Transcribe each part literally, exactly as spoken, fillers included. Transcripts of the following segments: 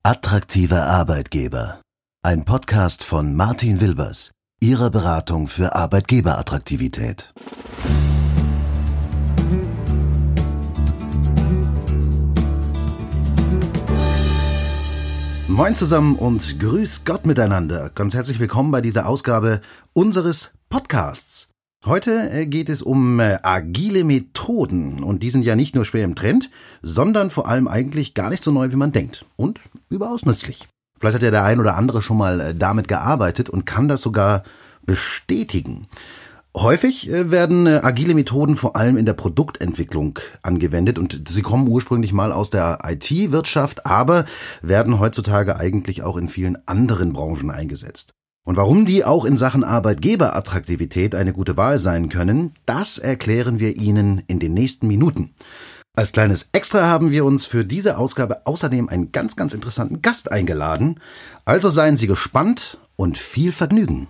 Attraktive Arbeitgeber. Ein Podcast von Martin Wilbers, Ihrer Beratung für Arbeitgeberattraktivität. Moin zusammen und grüß Gott miteinander. Ganz herzlich willkommen bei dieser Ausgabe unseres Podcasts. Heute geht es um agile Methoden und die sind ja nicht nur schwer im Trend, sondern vor allem eigentlich gar nicht so neu, wie man denkt und überaus nützlich. Vielleicht hat ja der ein oder andere schon mal damit gearbeitet und kann das sogar bestätigen. Häufig werden agile Methoden vor allem in der Produktentwicklung angewendet und sie kommen ursprünglich mal aus der I T-Wirtschaft, aber werden heutzutage eigentlich auch in vielen anderen Branchen eingesetzt. Und warum die auch in Sachen Arbeitgeberattraktivität eine gute Wahl sein können, das erklären wir Ihnen in den nächsten Minuten. Als kleines Extra haben wir uns für diese Ausgabe außerdem einen ganz, ganz interessanten Gast eingeladen. Also seien Sie gespannt und viel Vergnügen.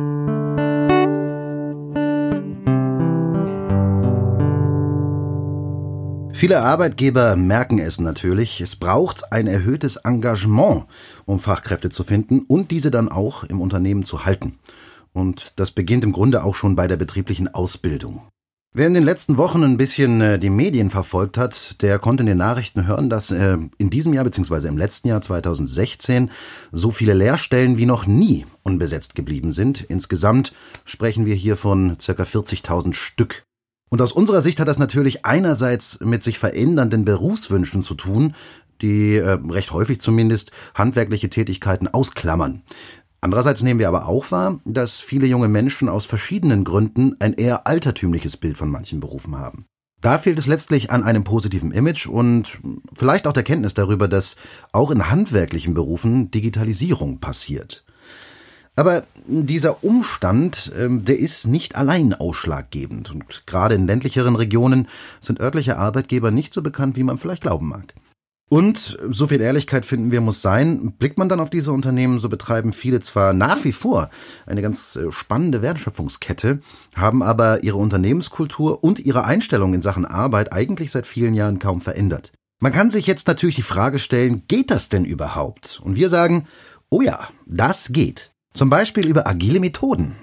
Viele Arbeitgeber merken es natürlich, es braucht ein erhöhtes Engagement, um Fachkräfte zu finden und diese dann auch im Unternehmen zu halten. Und das beginnt im Grunde auch schon bei der betrieblichen Ausbildung. Wer in den letzten Wochen ein bisschen die Medien verfolgt hat, der konnte in den Nachrichten hören, dass in diesem Jahr bzw. im letzten Jahr zweitausendsechzehn so viele Lehrstellen wie noch nie unbesetzt geblieben sind. Insgesamt sprechen wir hier von ca. vierzigtausend Stück. Und aus unserer Sicht hat das natürlich einerseits mit sich verändernden Berufswünschen zu tun, die äh, recht häufig zumindest handwerkliche Tätigkeiten ausklammern. Andererseits nehmen wir aber auch wahr, dass viele junge Menschen aus verschiedenen Gründen ein eher altertümliches Bild von manchen Berufen haben. Da fehlt es letztlich an einem positiven Image und vielleicht auch der Kenntnis darüber, dass auch in handwerklichen Berufen Digitalisierung passiert. Aber dieser Umstand, der ist nicht allein ausschlaggebend. Und gerade in ländlicheren Regionen sind örtliche Arbeitgeber nicht so bekannt, wie man vielleicht glauben mag. Und, so viel Ehrlichkeit finden wir muss sein, blickt man dann auf diese Unternehmen, so betreiben viele zwar nach wie vor eine ganz spannende Wertschöpfungskette, haben aber ihre Unternehmenskultur und ihre Einstellung in Sachen Arbeit eigentlich seit vielen Jahren kaum verändert. Man kann sich jetzt natürlich die Frage stellen, geht das denn überhaupt? Und wir sagen, oh ja, das geht. Zum Beispiel über agile Methoden.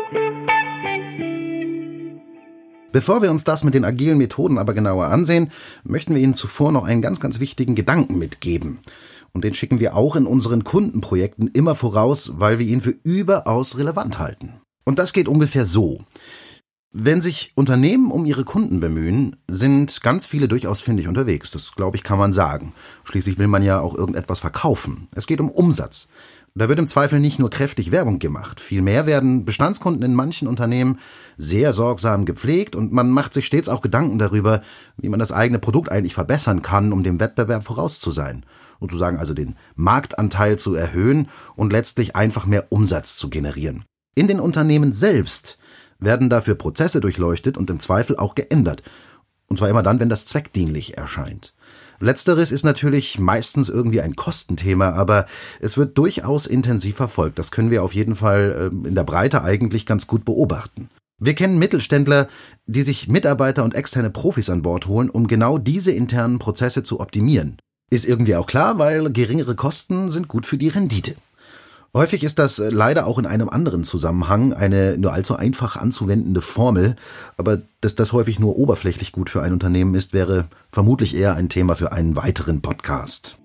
Bevor wir uns das mit den agilen Methoden aber genauer ansehen, möchten wir Ihnen zuvor noch einen ganz, ganz wichtigen Gedanken mitgeben. Und den schicken wir auch in unseren Kundenprojekten immer voraus, weil wir ihn für überaus relevant halten. Und das geht ungefähr so. Wenn sich Unternehmen um ihre Kunden bemühen, sind ganz viele durchaus findig unterwegs. Das, glaube ich, kann man sagen. Schließlich will man ja auch irgendetwas verkaufen. Es geht um Umsatz. Da wird im Zweifel nicht nur kräftig Werbung gemacht. Vielmehr werden Bestandskunden in manchen Unternehmen sehr sorgsam gepflegt und man macht sich stets auch Gedanken darüber, wie man das eigene Produkt eigentlich verbessern kann, um dem Wettbewerb voraus zu sein. Sozusagen also den Marktanteil zu erhöhen und letztlich einfach mehr Umsatz zu generieren. In den Unternehmen selbst werden dafür Prozesse durchleuchtet und im Zweifel auch geändert. Und zwar immer dann, wenn das zweckdienlich erscheint. Letzteres ist natürlich meistens irgendwie ein Kostenthema, aber es wird durchaus intensiv verfolgt. Das können wir auf jeden Fall in der Breite eigentlich ganz gut beobachten. Wir kennen Mittelständler, die sich Mitarbeiter und externe Profis an Bord holen, um genau diese internen Prozesse zu optimieren. Ist irgendwie auch klar, weil geringere Kosten sind gut für die Rendite. Häufig ist das leider auch in einem anderen Zusammenhang eine nur allzu einfach anzuwendende Formel, aber dass das häufig nur oberflächlich gut für ein Unternehmen ist, wäre vermutlich eher ein Thema für einen weiteren Podcast.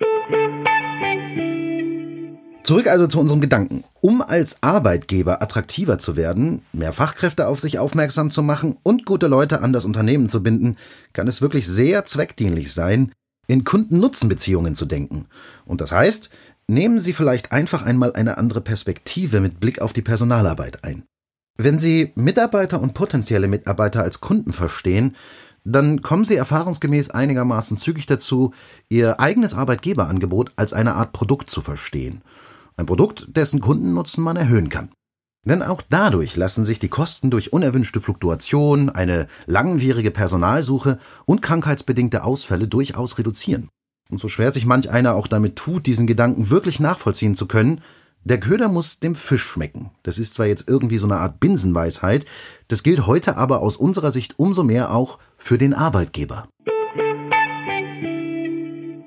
Zurück also zu unserem Gedanken. Um als Arbeitgeber attraktiver zu werden, mehr Fachkräfte auf sich aufmerksam zu machen und gute Leute an das Unternehmen zu binden, kann es wirklich sehr zweckdienlich sein, in Kunden-Nutzen-Beziehungen zu denken. Und das heißt, nehmen Sie vielleicht einfach einmal eine andere Perspektive mit Blick auf die Personalarbeit ein. Wenn Sie Mitarbeiter und potenzielle Mitarbeiter als Kunden verstehen, dann kommen Sie erfahrungsgemäß einigermaßen zügig dazu, Ihr eigenes Arbeitgeberangebot als eine Art Produkt zu verstehen. Ein Produkt, dessen Kundennutzen man erhöhen kann. Denn auch dadurch lassen sich die Kosten durch unerwünschte Fluktuation, eine langwierige Personalsuche und krankheitsbedingte Ausfälle durchaus reduzieren. Und so schwer sich manch einer auch damit tut, diesen Gedanken wirklich nachvollziehen zu können, der Köder muss dem Fisch schmecken. Das ist zwar jetzt irgendwie so eine Art Binsenweisheit, das gilt heute aber aus unserer Sicht umso mehr auch für den Arbeitgeber.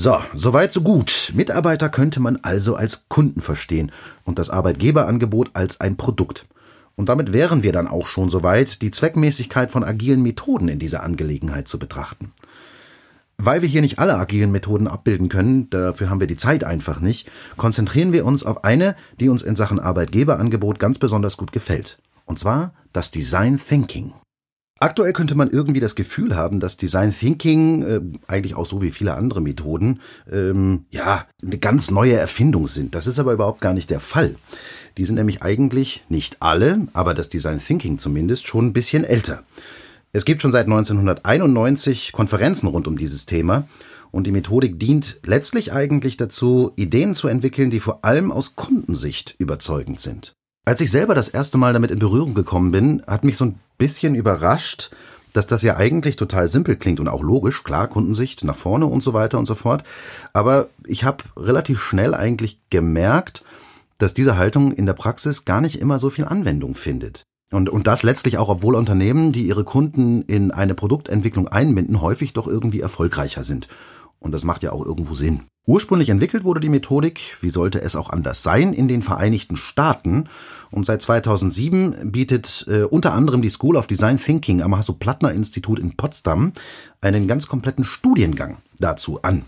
So, soweit so gut. Mitarbeiter könnte man also als Kunden verstehen und das Arbeitgeberangebot als ein Produkt. Und damit wären wir dann auch schon soweit, die Zweckmäßigkeit von agilen Methoden in dieser Angelegenheit zu betrachten. Weil wir hier nicht alle agilen Methoden abbilden können, dafür haben wir die Zeit einfach nicht, konzentrieren wir uns auf eine, die uns in Sachen Arbeitgeberangebot ganz besonders gut gefällt. Und zwar das Design Thinking. Aktuell könnte man irgendwie das Gefühl haben, dass Design Thinking, äh, eigentlich auch so wie viele andere Methoden, ähm, ja, eine ganz neue Erfindung sind. Das ist aber überhaupt gar nicht der Fall. Die sind nämlich eigentlich nicht alle, aber das Design Thinking zumindest schon ein bisschen älter. Es gibt schon seit neunzehnhunderteinundneunzig Konferenzen rund um dieses Thema und die Methodik dient letztlich eigentlich dazu, Ideen zu entwickeln, die vor allem aus Kundensicht überzeugend sind. Als ich selber das erste Mal damit in Berührung gekommen bin, hat mich so ein bisschen überrascht, dass das ja eigentlich total simpel klingt und auch logisch, klar, Kundensicht nach vorne und so weiter und so fort. Aber ich habe relativ schnell eigentlich gemerkt, dass diese Haltung in der Praxis gar nicht immer so viel Anwendung findet. Und, und das letztlich auch, obwohl Unternehmen, die ihre Kunden in eine Produktentwicklung einbinden, häufig doch irgendwie erfolgreicher sind. Und das macht ja auch irgendwo Sinn. Ursprünglich entwickelt wurde die Methodik, wie sollte es auch anders sein, in den Vereinigten Staaten. Und seit zweitausendsieben bietet äh, unter anderem die School of Design Thinking am Hasso-Plattner-Institut in Potsdam einen ganz kompletten Studiengang dazu an.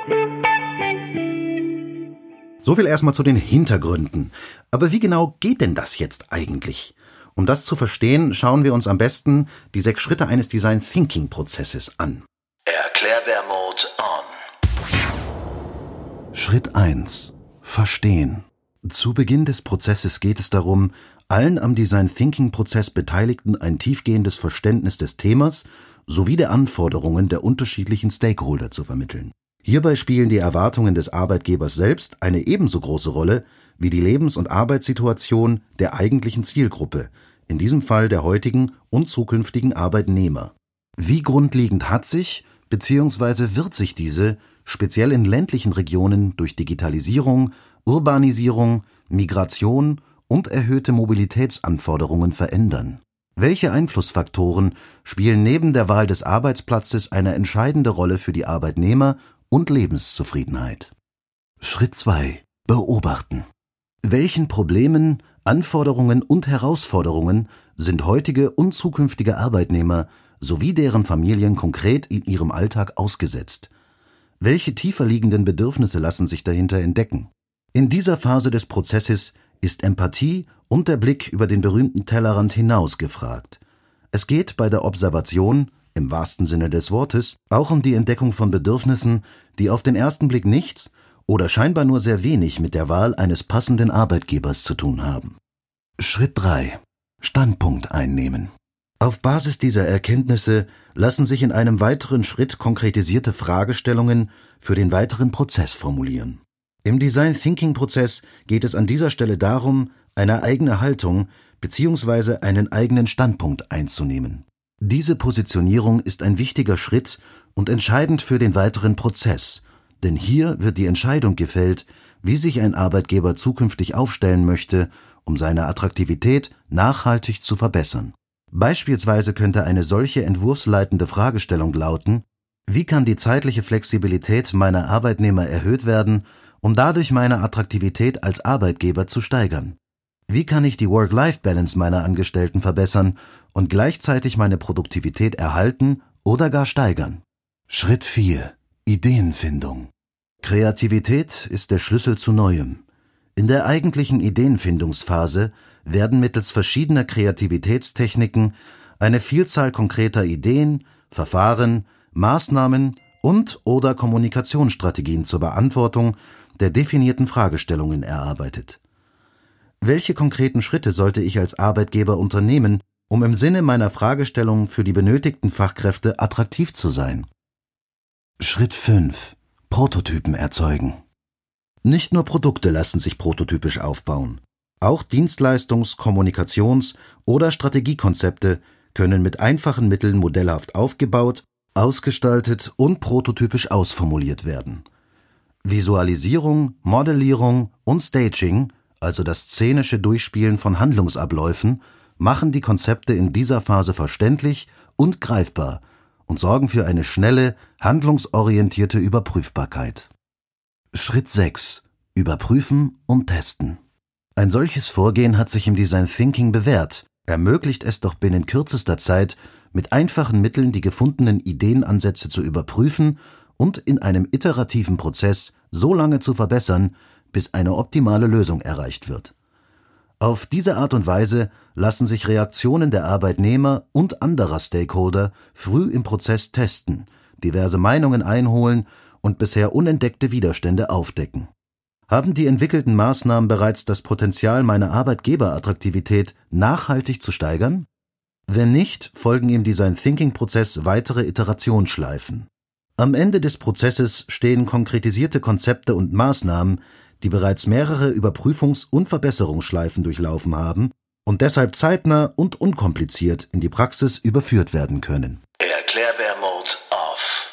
So viel erstmal zu den Hintergründen. Aber wie genau geht denn das jetzt eigentlich? Um das zu verstehen, schauen wir uns am besten die sechs Schritte eines Design Thinking Prozesses an. Erklärbär-Mode on. Schritt eins. Verstehen. Zu Beginn des Prozesses geht es darum, allen am Design Thinking Prozess Beteiligten ein tiefgehendes Verständnis des Themas sowie der Anforderungen der unterschiedlichen Stakeholder zu vermitteln. Hierbei spielen die Erwartungen des Arbeitgebers selbst eine ebenso große Rolle wie die Lebens- und Arbeitssituation der eigentlichen Zielgruppe, in diesem Fall der heutigen und zukünftigen Arbeitnehmer. Wie grundlegend hat sich bzw. wird sich diese, speziell in ländlichen Regionen, durch Digitalisierung, Urbanisierung, Migration und erhöhte Mobilitätsanforderungen verändern? Welche Einflussfaktoren spielen neben der Wahl des Arbeitsplatzes eine entscheidende Rolle für die Arbeitnehmer und Lebenszufriedenheit? Schritt zwei. Beobachten. Welchen Problemen, Anforderungen und Herausforderungen sind heutige und zukünftige Arbeitnehmer sowie deren Familien konkret in ihrem Alltag ausgesetzt? Welche tiefer liegenden Bedürfnisse lassen sich dahinter entdecken? In dieser Phase des Prozesses ist Empathie und der Blick über den berühmten Tellerrand hinaus gefragt. Es geht bei der Observation, im wahrsten Sinne des Wortes, auch um die Entdeckung von Bedürfnissen, die auf den ersten Blick nichts oder scheinbar nur sehr wenig mit der Wahl eines passenden Arbeitgebers zu tun haben. Schritt drei. Standpunkt einnehmen. Auf Basis dieser Erkenntnisse lassen sich in einem weiteren Schritt konkretisierte Fragestellungen für den weiteren Prozess formulieren. Im Design Thinking Prozess geht es an dieser Stelle darum, eine eigene Haltung bzw. einen eigenen Standpunkt einzunehmen. Diese Positionierung ist ein wichtiger Schritt und entscheidend für den weiteren Prozess, denn hier wird die Entscheidung gefällt, wie sich ein Arbeitgeber zukünftig aufstellen möchte, um seine Attraktivität nachhaltig zu verbessern. Beispielsweise könnte eine solche entwurfsleitende Fragestellung lauten: Wie kann die zeitliche Flexibilität meiner Arbeitnehmer erhöht werden, um dadurch meine Attraktivität als Arbeitgeber zu steigern? Wie kann ich die Work-Life-Balance meiner Angestellten verbessern und gleichzeitig meine Produktivität erhalten oder gar steigern? Schritt vier. Ideenfindung. Kreativität ist der Schlüssel zu Neuem. In der eigentlichen Ideenfindungsphase werden mittels verschiedener Kreativitätstechniken eine Vielzahl konkreter Ideen, Verfahren, Maßnahmen und/oder Kommunikationsstrategien zur Beantwortung der definierten Fragestellungen erarbeitet. Welche konkreten Schritte sollte ich als Arbeitgeber unternehmen, um im Sinne meiner Fragestellung für die benötigten Fachkräfte attraktiv zu sein? Schritt fünf. Prototypen erzeugen. Nicht nur Produkte lassen sich prototypisch aufbauen. Auch Dienstleistungs-, Kommunikations- oder Strategiekonzepte können mit einfachen Mitteln modellhaft aufgebaut, ausgestaltet und prototypisch ausformuliert werden. Visualisierung, Modellierung und Staging, also das szenische Durchspielen von Handlungsabläufen, machen die Konzepte in dieser Phase verständlich und greifbar und sorgen für eine schnelle, handlungsorientierte Überprüfbarkeit. Schritt sechs. Überprüfen und testen. Ein solches Vorgehen hat sich im Design Thinking bewährt, ermöglicht es doch binnen kürzester Zeit, mit einfachen Mitteln die gefundenen Ideenansätze zu überprüfen und in einem iterativen Prozess so lange zu verbessern, bis eine optimale Lösung erreicht wird. Auf diese Art und Weise lassen sich Reaktionen der Arbeitnehmer und anderer Stakeholder früh im Prozess testen, diverse Meinungen einholen und bisher unentdeckte Widerstände aufdecken. Haben die entwickelten Maßnahmen bereits das Potenzial, meine Arbeitgeberattraktivität nachhaltig zu steigern? Wenn nicht, folgen im Design-Thinking-Prozess weitere Iterationsschleifen. Am Ende des Prozesses stehen konkretisierte Konzepte und Maßnahmen, die bereits mehrere Überprüfungs- und Verbesserungsschleifen durchlaufen haben und deshalb zeitnah und unkompliziert in die Praxis überführt werden können. Erklärbär-Mode off.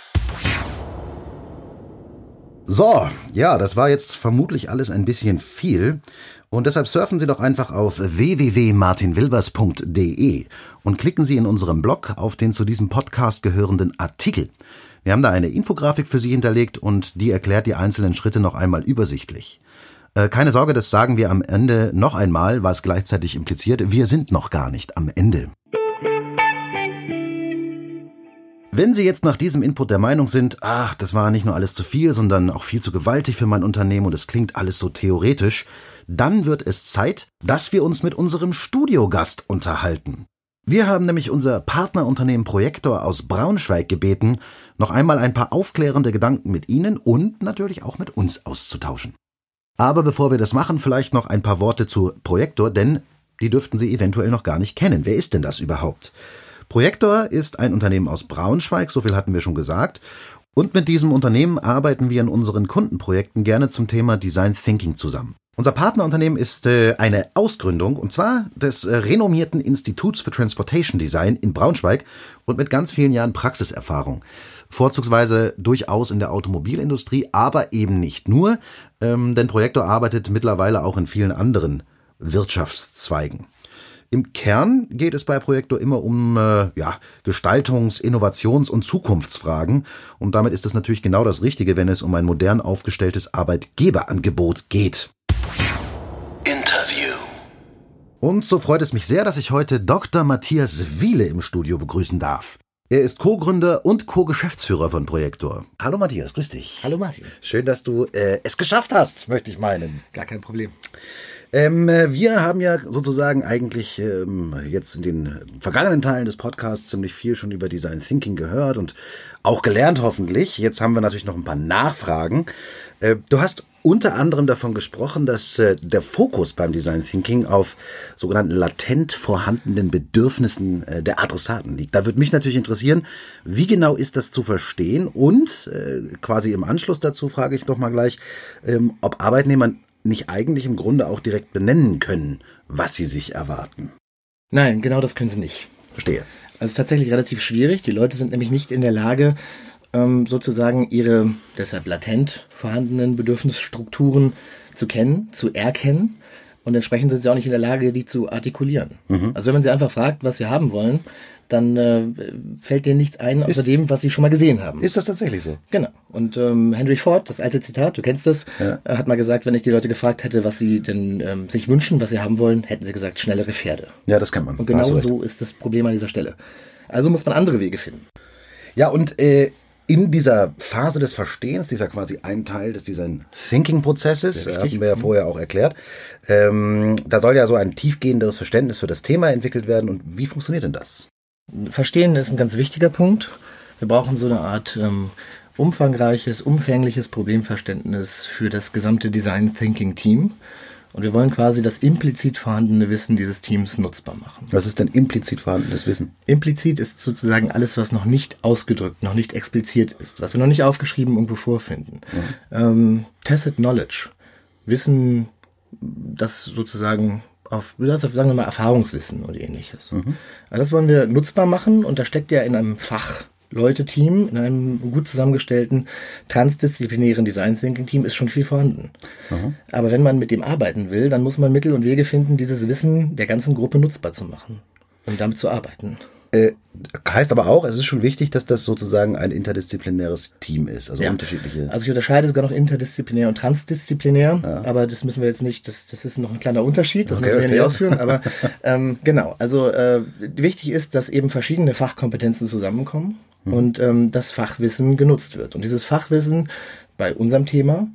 So, ja, das war jetzt vermutlich alles ein bisschen viel und deshalb surfen Sie doch einfach auf w w w punkt martin wilbers punkt d e und klicken Sie in unserem Blog auf den zu diesem Podcast gehörenden Artikel. Wir haben da eine Infografik für Sie hinterlegt und die erklärt die einzelnen Schritte noch einmal übersichtlich. Äh, keine Sorge, das sagen wir am Ende noch einmal, was gleichzeitig impliziert, wir sind noch gar nicht am Ende. Wenn Sie jetzt nach diesem Input der Meinung sind, ach, das war nicht nur alles zu viel, sondern auch viel zu gewaltig für mein Unternehmen und es klingt alles so theoretisch, dann wird es Zeit, dass wir uns mit unserem Studiogast unterhalten. Wir haben nämlich unser Partnerunternehmen Projektor aus Braunschweig gebeten, noch einmal ein paar aufklärende Gedanken mit Ihnen und natürlich auch mit uns auszutauschen. Aber bevor wir das machen, vielleicht noch ein paar Worte zu Projektor, denn die dürften Sie eventuell noch gar nicht kennen. Wer ist denn das überhaupt? Projektor ist ein Unternehmen aus Braunschweig, so viel hatten wir schon gesagt. Und mit diesem Unternehmen arbeiten wir in unseren Kundenprojekten gerne zum Thema Design Thinking zusammen. Unser Partnerunternehmen ist äh, eine Ausgründung, und zwar des äh, renommierten Instituts für Transportation Design in Braunschweig und mit ganz vielen Jahren Praxiserfahrung. Vorzugsweise durchaus in der Automobilindustrie, aber eben nicht nur, ähm, denn Projektor arbeitet mittlerweile auch in vielen anderen Wirtschaftszweigen. Im Kern geht es bei Projektor immer um äh, ja, Gestaltungs-, Innovations- und Zukunftsfragen. Und damit ist es natürlich genau das Richtige, wenn es um ein modern aufgestelltes Arbeitgeberangebot geht. Interview. Und so freut es mich sehr, dass ich heute Doktor Matthias Wiele im Studio begrüßen darf. Er ist Co-Gründer und Co-Geschäftsführer von Projektor. Hallo Matthias, grüß dich. Hallo Martin. Schön, dass du äh, es geschafft hast, möchte ich meinen. Gar kein Problem. Ähm, wir haben ja sozusagen eigentlich ähm, jetzt in den vergangenen Teilen des Podcasts ziemlich viel schon über Design Thinking gehört und auch gelernt hoffentlich. Jetzt haben wir natürlich noch ein paar Nachfragen. Äh, du hast unter anderem davon gesprochen, dass äh, der Fokus beim Design Thinking auf sogenannten latent vorhandenen Bedürfnissen äh, der Adressaten liegt. Da würde mich natürlich interessieren, wie genau ist das zu verstehen und äh, quasi im Anschluss dazu frage ich doch mal gleich, ähm, ob Arbeitnehmer nicht eigentlich im Grunde auch direkt benennen können, was sie sich erwarten. Nein, genau das können sie nicht. Verstehe. Also es ist tatsächlich relativ schwierig. Die Leute sind nämlich nicht in der Lage, ähm, sozusagen ihre deshalb latent vorhandenen Bedürfnisstrukturen zu kennen, zu erkennen. Und entsprechend sind sie auch nicht in der Lage, die zu artikulieren. Mhm. Also wenn man sie einfach fragt, was sie haben wollen, dann äh, fällt denen nichts ein, außer dem, was sie schon mal gesehen haben. Ist das tatsächlich so? Genau. Und ähm, Henry Ford, das alte Zitat, du kennst das, ja. äh, hat mal gesagt, wenn ich die Leute gefragt hätte, was sie denn ähm, sich wünschen, was sie haben wollen, hätten sie gesagt, schnellere Pferde. Ja, das kann man. Und genau so ist das Problem an dieser Stelle. Also muss man andere Wege finden. Ja, und äh, in dieser Phase des Verstehens, dieser quasi ein Teil des Design Thinking Prozesses, äh, hatten wir ja vorher auch erklärt, ähm, da soll ja so ein tiefgehenderes Verständnis für das Thema entwickelt werden. Und wie funktioniert denn das? Verstehen ist ein ganz wichtiger Punkt. Wir brauchen so eine Art ähm, umfangreiches, umfängliches Problemverständnis für das gesamte Design Thinking Team. Und wir wollen quasi das implizit vorhandene Wissen dieses Teams nutzbar machen. Was ist denn implizit vorhandenes Wissen? Implizit ist sozusagen alles, was noch nicht ausgedrückt, noch nicht expliziert ist, was wir noch nicht aufgeschrieben irgendwo vorfinden. Mhm. Ähm, Tacit Knowledge, Wissen, das sozusagen auf, das sagen wir mal, Erfahrungswissen oder ähnliches. Mhm. Also das wollen wir nutzbar machen und da steckt ja in einem Fachleute-Team, in einem gut zusammengestellten transdisziplinären Design Thinking Team ist schon viel vorhanden. Mhm. Aber wenn man mit dem arbeiten will, dann muss man Mittel und Wege finden, dieses Wissen der ganzen Gruppe nutzbar zu machen, um damit zu arbeiten. Äh, heißt aber auch, es ist schon wichtig, dass das sozusagen ein interdisziplinäres Team ist, also ja. unterschiedliche. Also ich unterscheide sogar noch interdisziplinär und transdisziplinär, Ja. aber das müssen wir jetzt nicht, das, das ist noch ein kleiner Unterschied, das Okay, müssen wir verstehe. nicht ausführen, aber ähm, genau, also äh, wichtig ist, dass eben verschiedene Fachkompetenzen zusammenkommen hm. und ähm, das Fachwissen genutzt wird. Und dieses Fachwissen bei unserem Thema,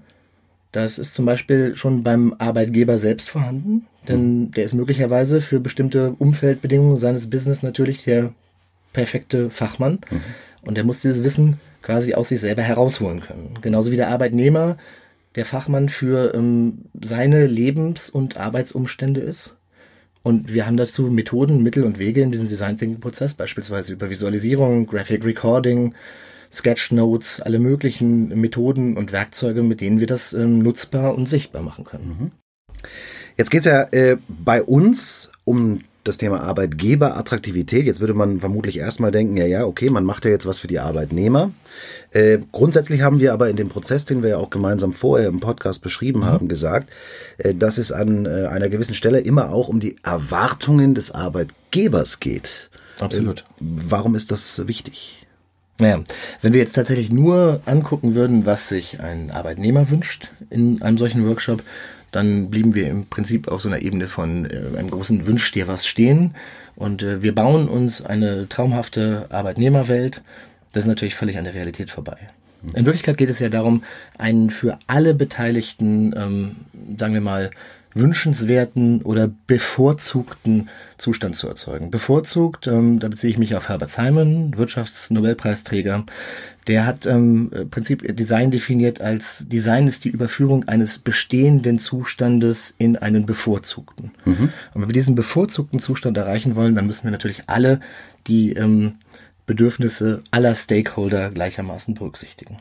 das ist zum Beispiel schon beim Arbeitgeber selbst vorhanden, denn mhm. der ist möglicherweise für bestimmte Umfeldbedingungen seines Business natürlich der perfekte Fachmann mhm. und der muss dieses Wissen quasi aus sich selber herausholen können. Genauso wie der Arbeitnehmer der Fachmann für ähm, seine Lebens- und Arbeitsumstände ist. Und wir haben dazu Methoden, Mittel und Wege in diesem Design Thinking Prozess, beispielsweise über Visualisierung, Graphic Recording, Sketchnotes, alle möglichen Methoden und Werkzeuge, mit denen wir das ähm, nutzbar und sichtbar machen können. Jetzt geht es ja äh, bei uns um das Thema Arbeitgeberattraktivität. Jetzt würde man vermutlich erstmal denken, ja, ja, okay, man macht ja jetzt was für die Arbeitnehmer. Äh, grundsätzlich haben wir aber in dem Prozess, den wir ja auch gemeinsam vorher im Podcast beschrieben mhm. haben, gesagt, äh, dass es an äh, einer gewissen Stelle immer auch um die Erwartungen des Arbeitgebers geht. Absolut. Äh, warum ist das wichtig? Naja, wenn wir jetzt tatsächlich nur angucken würden, was sich ein Arbeitnehmer wünscht in einem solchen Workshop, dann blieben wir im Prinzip auf so einer Ebene von äh, einem großen Wünsch dir was stehen. Und äh, wir bauen uns eine traumhafte Arbeitnehmerwelt. Das ist natürlich völlig an der Realität vorbei. In Wirklichkeit geht es ja darum, einen für alle Beteiligten, ähm, sagen wir mal, wünschenswerten oder bevorzugten Zustand zu erzeugen. Bevorzugt, ähm, da beziehe ich mich auf Herbert Simon, Wirtschaftsnobelpreisträger. Der hat ähm, im Prinzip Design definiert als Design ist die Überführung eines bestehenden Zustandes in einen bevorzugten. Mhm. Und wenn wir diesen bevorzugten Zustand erreichen wollen, dann müssen wir natürlich alle die ähm, Bedürfnisse aller Stakeholder gleichermaßen berücksichtigen.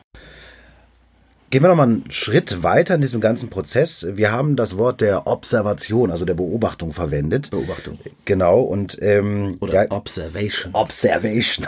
Gehen wir noch mal einen Schritt weiter in diesem ganzen Prozess. Wir haben das Wort der Observation, also der Beobachtung verwendet. Beobachtung. Genau. Und ähm, Oder ja, Observation. Observation.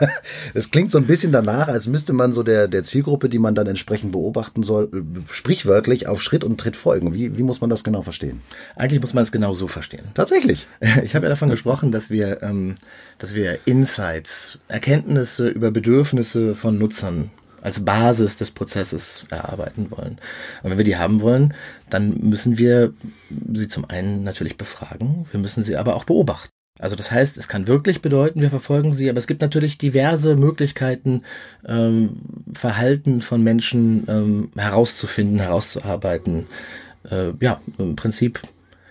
Das klingt so ein bisschen danach, als müsste man so der der Zielgruppe, die man dann entsprechend beobachten soll, sprichwörtlich auf Schritt und Tritt folgen. Wie wie muss man das genau verstehen? Eigentlich muss man es genau so verstehen. Tatsächlich. Ich habe ja davon gesprochen, dass wir, ähm, dass wir Insights, Erkenntnisse über Bedürfnisse von Nutzern als Basis des Prozesses erarbeiten wollen. Und wenn wir die haben wollen, dann müssen wir sie zum einen natürlich befragen, wir müssen sie aber auch beobachten. Also das heißt, es kann wirklich bedeuten, wir verfolgen sie, aber es gibt natürlich diverse Möglichkeiten, ähm, Verhalten von Menschen ähm, herauszufinden, herauszuarbeiten, äh, ja, im Prinzip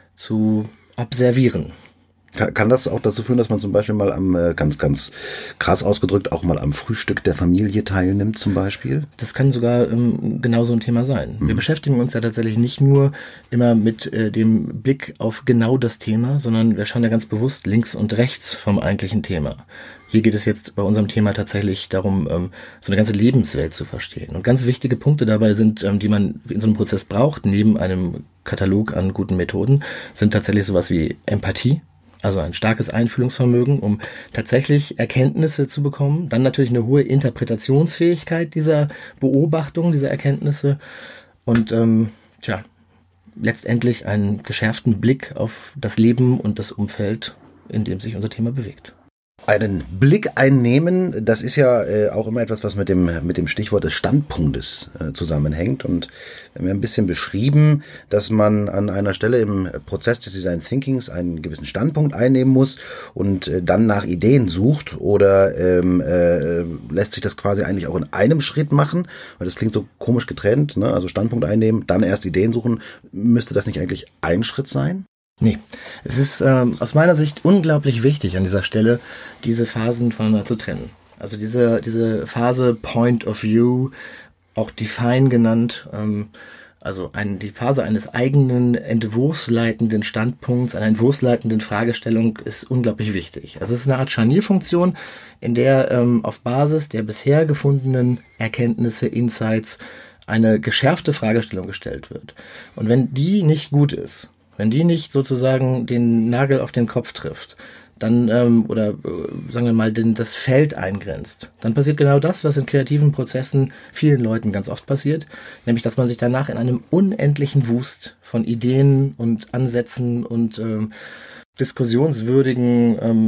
zu observieren. Kann, kann das auch dazu führen, dass man zum Beispiel mal am, äh, ganz, ganz krass ausgedrückt, auch mal am Frühstück der Familie teilnimmt zum Beispiel? Das kann sogar ähm, genau so ein Thema sein. Mhm. Wir beschäftigen uns ja tatsächlich nicht nur immer mit äh, dem Blick auf genau das Thema, sondern wir schauen ja ganz bewusst links und rechts vom eigentlichen Thema. Hier geht es jetzt bei unserem Thema tatsächlich darum, ähm, so eine ganze Lebenswelt zu verstehen. Und ganz wichtige Punkte dabei sind, ähm, die man in so einem Prozess braucht, neben einem Katalog an guten Methoden, sind tatsächlich sowas wie Empathie. Also ein starkes Einfühlungsvermögen, um tatsächlich Erkenntnisse zu bekommen. Dann natürlich eine hohe Interpretationsfähigkeit dieser Beobachtung, dieser Erkenntnisse. Und ähm, tja, letztendlich einen geschärften Blick auf das Leben und das Umfeld, in dem sich unser Thema bewegt. Einen Blick einnehmen, das ist ja äh, auch immer etwas, was mit dem mit dem Stichwort des Standpunktes äh, zusammenhängt. Und wir haben ein bisschen beschrieben, dass man an einer Stelle im Prozess des Design Thinkings einen gewissen Standpunkt einnehmen muss und äh, dann nach Ideen sucht oder ähm, äh, lässt sich das quasi eigentlich auch in einem Schritt machen, weil das klingt so komisch getrennt, ne? Also Standpunkt einnehmen, dann erst Ideen suchen. Müsste das nicht eigentlich ein Schritt sein? Nee, es ist ähm, aus meiner Sicht unglaublich wichtig an dieser Stelle, diese Phasen voneinander zu trennen. Also diese diese Phase Point of View, auch Define genannt, ähm, also ein, die Phase eines eigenen entwurfsleitenden Standpunkts, einer entwurfsleitenden Fragestellung ist unglaublich wichtig. Also es ist eine Art Scharnierfunktion, in der ähm, auf Basis der bisher gefundenen Erkenntnisse, Insights eine geschärfte Fragestellung gestellt wird. Und wenn die nicht gut ist, wenn die nicht sozusagen den Nagel auf den Kopf trifft, dann ähm, oder äh, sagen wir mal den, das Feld eingrenzt, dann passiert genau das, was in kreativen Prozessen vielen Leuten ganz oft passiert, nämlich dass man sich danach in einem unendlichen Wust von Ideen und Ansätzen und ähm, diskussionswürdigen ähm,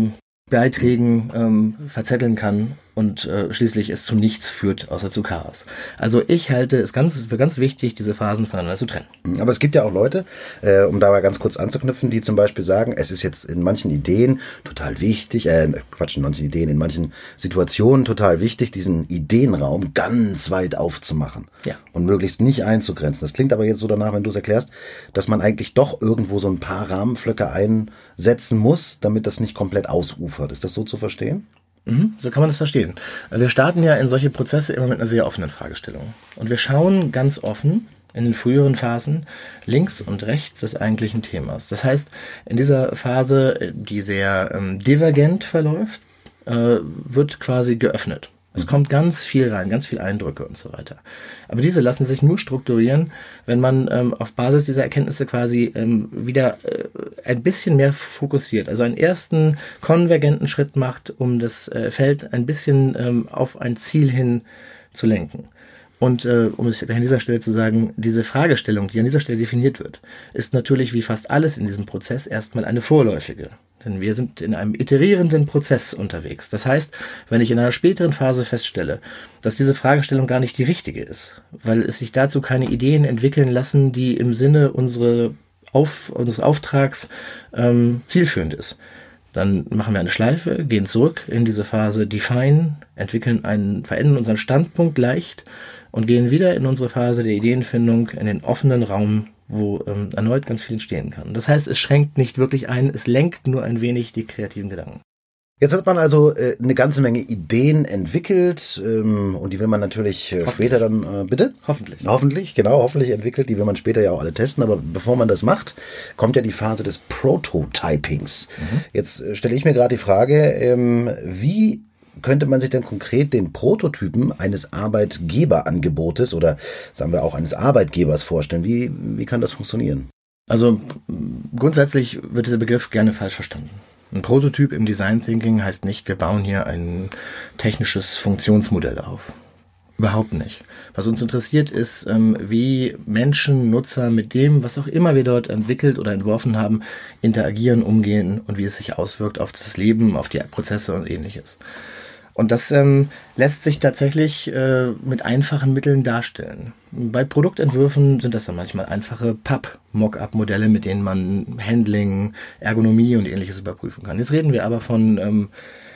Beiträgen ähm, verzetteln kann und äh, schließlich es zu nichts führt, außer zu Chaos. Also ich halte es ganz, für ganz wichtig, diese Phasen voneinander zu trennen. Aber es gibt ja auch Leute, äh, um da mal ganz kurz anzuknüpfen, die zum Beispiel sagen, es ist jetzt in manchen Ideen total wichtig, äh, Quatsch, in manchen Ideen, in manchen Situationen total wichtig, diesen Ideenraum ganz weit aufzumachen. Ja. Und möglichst nicht einzugrenzen. Das klingt aber jetzt so danach, wenn du es erklärst, dass man eigentlich doch irgendwo so ein paar Rahmenflöcke einsetzen muss, damit das nicht komplett ausufert. Ist das so zu verstehen? Mhm, so kann man das verstehen. Wir starten ja in solche Prozesse immer mit einer sehr offenen Fragestellung. Und wir schauen ganz offen in den früheren Phasen links und rechts des eigentlichen Themas. Das heißt, in dieser Phase, die sehr ähm, divergent verläuft, äh, wird quasi geöffnet. Es kommt ganz viel rein, ganz viel Eindrücke und so weiter. Aber diese lassen sich nur strukturieren, wenn man ähm, auf Basis dieser Erkenntnisse quasi ähm, wieder äh, ein bisschen mehr fokussiert. Also einen ersten konvergenten Schritt macht, um das äh, Feld ein bisschen ähm, auf ein Ziel hin zu lenken. Und äh, um es an dieser Stelle zu sagen, diese Fragestellung, die an dieser Stelle definiert wird, ist natürlich wie fast alles in diesem Prozess erstmal eine vorläufige. Denn wir sind in einem iterierenden Prozess unterwegs. Das heißt, wenn ich in einer späteren Phase feststelle, dass diese Fragestellung gar nicht die richtige ist, weil es sich dazu keine Ideen entwickeln lassen, die im Sinne unsere Auf, unseres Auftrags ähm, zielführend ist, dann machen wir eine Schleife, gehen zurück in diese Phase Define, entwickeln einen, verändern unseren Standpunkt leicht und gehen wieder in unsere Phase der Ideenfindung, in den offenen Raum, wo ähm, erneut ganz viel entstehen kann. Das heißt, es schränkt nicht wirklich ein, es lenkt nur ein wenig die kreativen Gedanken. Jetzt hat man also äh, eine ganze Menge Ideen entwickelt ähm, und die will man natürlich äh, später dann, äh, bitte? Hoffentlich. Hoffentlich, genau, hoffentlich entwickelt, die will man später ja auch alle testen, aber bevor man das macht, kommt ja die Phase des Prototypings. Mhm. Jetzt äh, stelle ich mir gerade die Frage, ähm, wie könnte man sich denn konkret den Prototypen eines Arbeitgeberangebotes oder sagen wir auch eines Arbeitgebers vorstellen? Wie, wie kann das funktionieren? Also grundsätzlich wird dieser Begriff gerne falsch verstanden. Ein Prototyp im Design Thinking heißt nicht, wir bauen hier ein technisches Funktionsmodell auf. Überhaupt nicht. Was uns interessiert ist, wie Menschen, Nutzer mit dem, was auch immer wir dort entwickelt oder entworfen haben, interagieren, umgehen und wie es sich auswirkt auf das Leben, auf die Prozesse und ähnliches. Und das ähm, lässt sich tatsächlich äh, mit einfachen Mitteln darstellen. Bei Produktentwürfen sind das dann manchmal einfache Pub-Mock-up-Modelle, mit denen man Handling, Ergonomie und ähnliches überprüfen kann. Jetzt reden wir aber von ähm,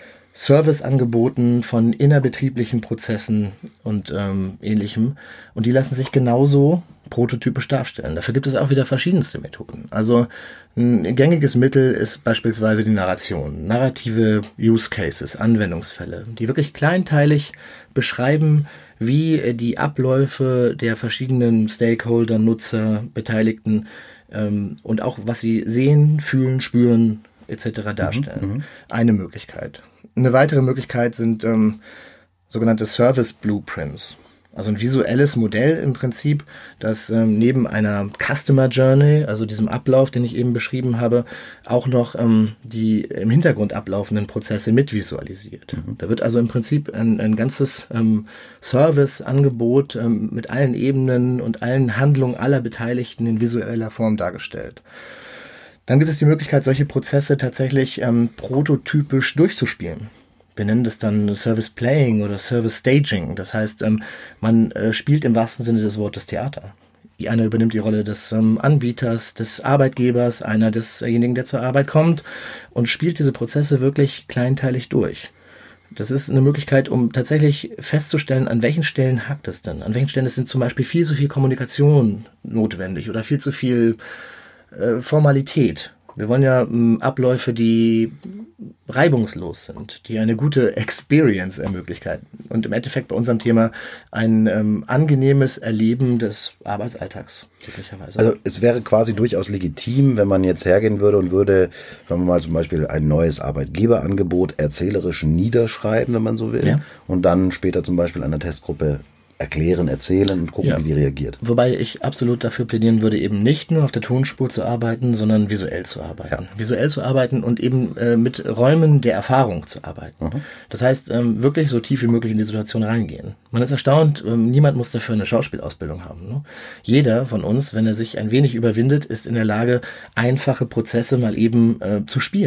Serviceangeboten, von innerbetrieblichen Prozessen und ähm, ähnlichem. Und die lassen sich genauso prototypisch darstellen. Dafür gibt es auch wieder verschiedenste Methoden. Also ein gängiges Mittel ist beispielsweise die Narration. Narrative Use Cases, Anwendungsfälle, die wirklich kleinteilig beschreiben, wie die Abläufe der verschiedenen Stakeholder, Nutzer, Beteiligten ähm, und auch was sie sehen, fühlen, spüren et cetera darstellen. Mhm, Eine Möglichkeit. Eine weitere Möglichkeit sind ähm, sogenannte Service Blueprints. Also ein visuelles Modell im Prinzip, das ähm, neben einer Customer Journey, also diesem Ablauf, den ich eben beschrieben habe, auch noch ähm, die im Hintergrund ablaufenden Prozesse mitvisualisiert. Mhm. Da wird also im Prinzip ein, ein ganzes ähm, Serviceangebot ähm, mit allen Ebenen und allen Handlungen aller Beteiligten in visueller Form dargestellt. Dann gibt es die Möglichkeit, solche Prozesse tatsächlich ähm, prototypisch durchzuspielen. Wir nennen das dann Service Playing oder Service Staging. Das heißt, ähm, man äh, spielt im wahrsten Sinne des Wortes Theater. Einer übernimmt die Rolle des ähm, Anbieters, des Arbeitgebers, einer desjenigen, der zur Arbeit kommt und spielt diese Prozesse wirklich kleinteilig durch. Das ist eine Möglichkeit, um tatsächlich festzustellen, an welchen Stellen hakt es denn. An welchen Stellen ist denn zum Beispiel viel zu viel Kommunikation notwendig oder viel zu viel äh, Formalität. Wir wollen ja ähm, Abläufe, die reibungslos sind, die eine gute Experience ermöglichen und im Endeffekt bei unserem Thema ein ähm, angenehmes Erleben des Arbeitsalltags möglicherweise. Also es wäre quasi durchaus legitim, wenn man jetzt hergehen würde und würde, sagen wir mal zum Beispiel ein neues Arbeitgeberangebot erzählerisch niederschreiben, wenn man so will, ja. Und dann später zum Beispiel einer Testgruppe erklären, erzählen und gucken, ja. wie die reagiert. Wobei ich absolut dafür plädieren würde, eben nicht nur auf der Tonspur zu arbeiten, sondern visuell zu arbeiten. Ja. Visuell zu arbeiten und eben äh, mit Räumen der Erfahrung zu arbeiten. Mhm. Das heißt, ähm, wirklich so tief wie möglich in die Situation reingehen. Man ist erstaunt, ähm, niemand muss dafür eine Schauspielausbildung haben. Ne? Jeder von uns, wenn er sich ein wenig überwindet, ist in der Lage, einfache Prozesse mal eben äh, zu spielen.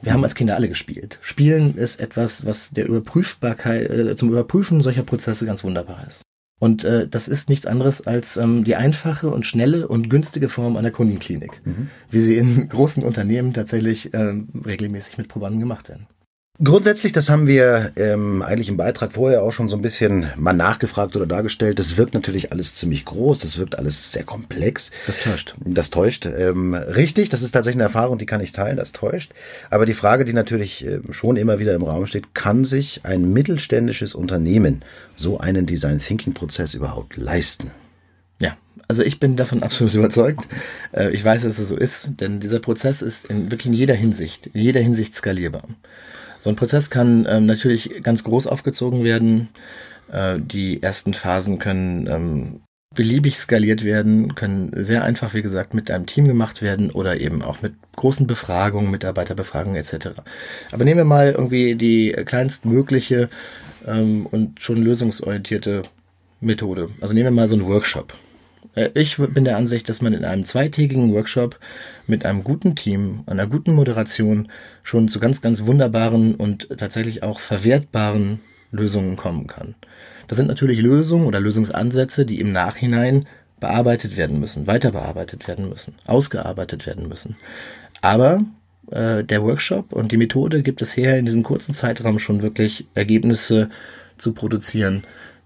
Wir haben als Kinder alle gespielt. Spielen ist etwas, was der Überprüfbarkeit, äh, zum Überprüfen solcher Prozesse ganz wunderbar ist. Und äh, das ist nichts anderes als ähm, die einfache und schnelle und günstige Form einer Kundenklinik, mhm. wie sie in großen Unternehmen tatsächlich äh, regelmäßig mit Probanden gemacht werden. Grundsätzlich, das haben wir ähm, eigentlich im Beitrag vorher auch schon so ein bisschen mal nachgefragt oder dargestellt. Das wirkt natürlich alles ziemlich groß, das wirkt alles sehr komplex. Das täuscht. Das täuscht. Ähm, richtig, das ist tatsächlich eine Erfahrung, die kann ich teilen, das täuscht. Aber die Frage, die natürlich äh, schon immer wieder im Raum steht, kann sich ein mittelständisches Unternehmen so einen Design-Thinking-Prozess überhaupt leisten? Ja, also ich bin davon absolut überzeugt. Äh, ich weiß, dass es so ist, denn dieser Prozess ist in wirklich in jeder Hinsicht, in jeder Hinsicht skalierbar. So ein Prozess kann ähm, natürlich ganz groß aufgezogen werden. Äh, die ersten Phasen können ähm, beliebig skaliert werden, können sehr einfach, wie gesagt, mit einem Team gemacht werden oder eben auch mit großen Befragungen, Mitarbeiterbefragungen et cetera. Aber nehmen wir mal irgendwie die kleinstmögliche ähm, und schon lösungsorientierte Methode. Also nehmen wir mal so einen Workshop. Ich bin der Ansicht, dass man in einem zweitägigen Workshop mit einem guten Team, einer guten Moderation schon zu ganz, ganz wunderbaren und tatsächlich auch verwertbaren Lösungen kommen kann. Das sind natürlich Lösungen oder Lösungsansätze, die im Nachhinein bearbeitet werden müssen, weiter bearbeitet werden müssen, ausgearbeitet werden müssen. Aber äh, der Workshop und die Methode gibt es her, in diesem kurzen Zeitraum schon wirklich Ergebnisse zu produzieren,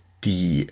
die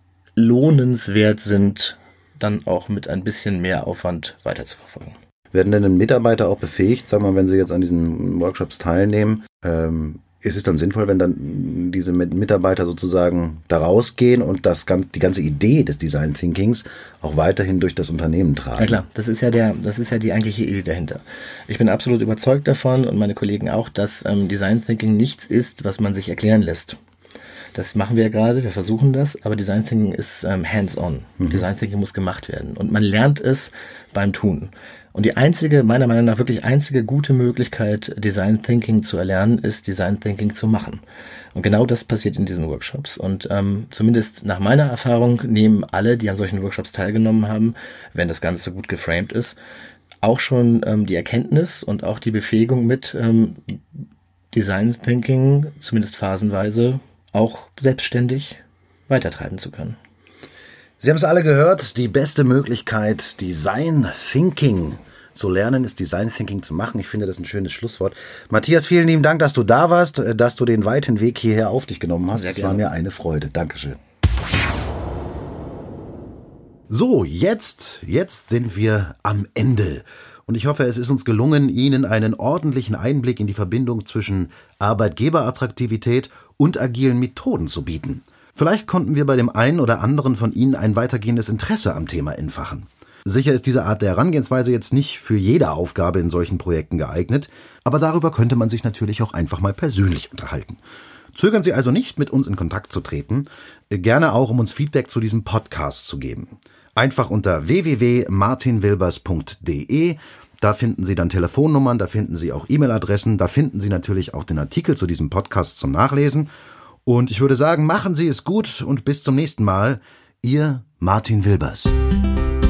lohnenswert sind, dann auch mit ein bisschen mehr Aufwand weiterzuverfolgen. Werden denn Mitarbeiter auch befähigt, sagen wir mal, wenn sie jetzt an diesen Workshops teilnehmen, ähm, ist es dann sinnvoll, wenn dann diese Mitarbeiter sozusagen da rausgehen und das ganz, die ganze Idee des Design Thinkings auch weiterhin durch das Unternehmen tragen? Ja klar, das ist ja der, das ist ja die eigentliche Idee dahinter. Ich bin absolut überzeugt davon und meine Kollegen auch, dass ähm, Design Thinking nichts ist, was man sich erklären lässt. Das machen wir ja gerade, wir versuchen das, aber Design Thinking ist ähm, hands-on. Mhm. Design Thinking muss gemacht werden und man lernt es beim Tun. Und die einzige, meiner Meinung nach wirklich einzige gute Möglichkeit, Design Thinking zu erlernen, ist Design Thinking zu machen. Und genau das passiert in diesen Workshops. Und ähm, zumindest nach meiner Erfahrung nehmen alle, die an solchen Workshops teilgenommen haben, wenn das Ganze gut geframed ist, auch schon ähm, die Erkenntnis und auch die Befähigung mit, ähm, Design Thinking, zumindest phasenweise, auch selbstständig weitertreiben zu können. Sie haben es alle gehört, die beste Möglichkeit, Design Thinking zu lernen, ist Design Thinking zu machen. Ich finde das ein schönes Schlusswort. Matthias, vielen lieben Dank, dass du da warst, dass du den weiten Weg hierher auf dich genommen hast. Es war mir eine Freude. Dankeschön. So, jetzt, jetzt sind wir am Ende. Und ich hoffe, es ist uns gelungen, Ihnen einen ordentlichen Einblick in die Verbindung zwischen Arbeitgeberattraktivität und agilen Methoden zu bieten. Vielleicht konnten wir bei dem einen oder anderen von Ihnen ein weitergehendes Interesse am Thema entfachen. Sicher ist diese Art der Herangehensweise jetzt nicht für jede Aufgabe in solchen Projekten geeignet, aber darüber könnte man sich natürlich auch einfach mal persönlich unterhalten. Zögern Sie also nicht, mit uns in Kontakt zu treten, gerne auch, um uns Feedback zu diesem Podcast zu geben. Einfach unter w w w punkt martin wilbers punkt d e. Da finden Sie dann Telefonnummern, da finden Sie auch E-Mail-Adressen, da finden Sie natürlich auch den Artikel zu diesem Podcast zum Nachlesen. Und ich würde sagen, machen Sie es gut und bis zum nächsten Mal. Ihr Martin Wilbers.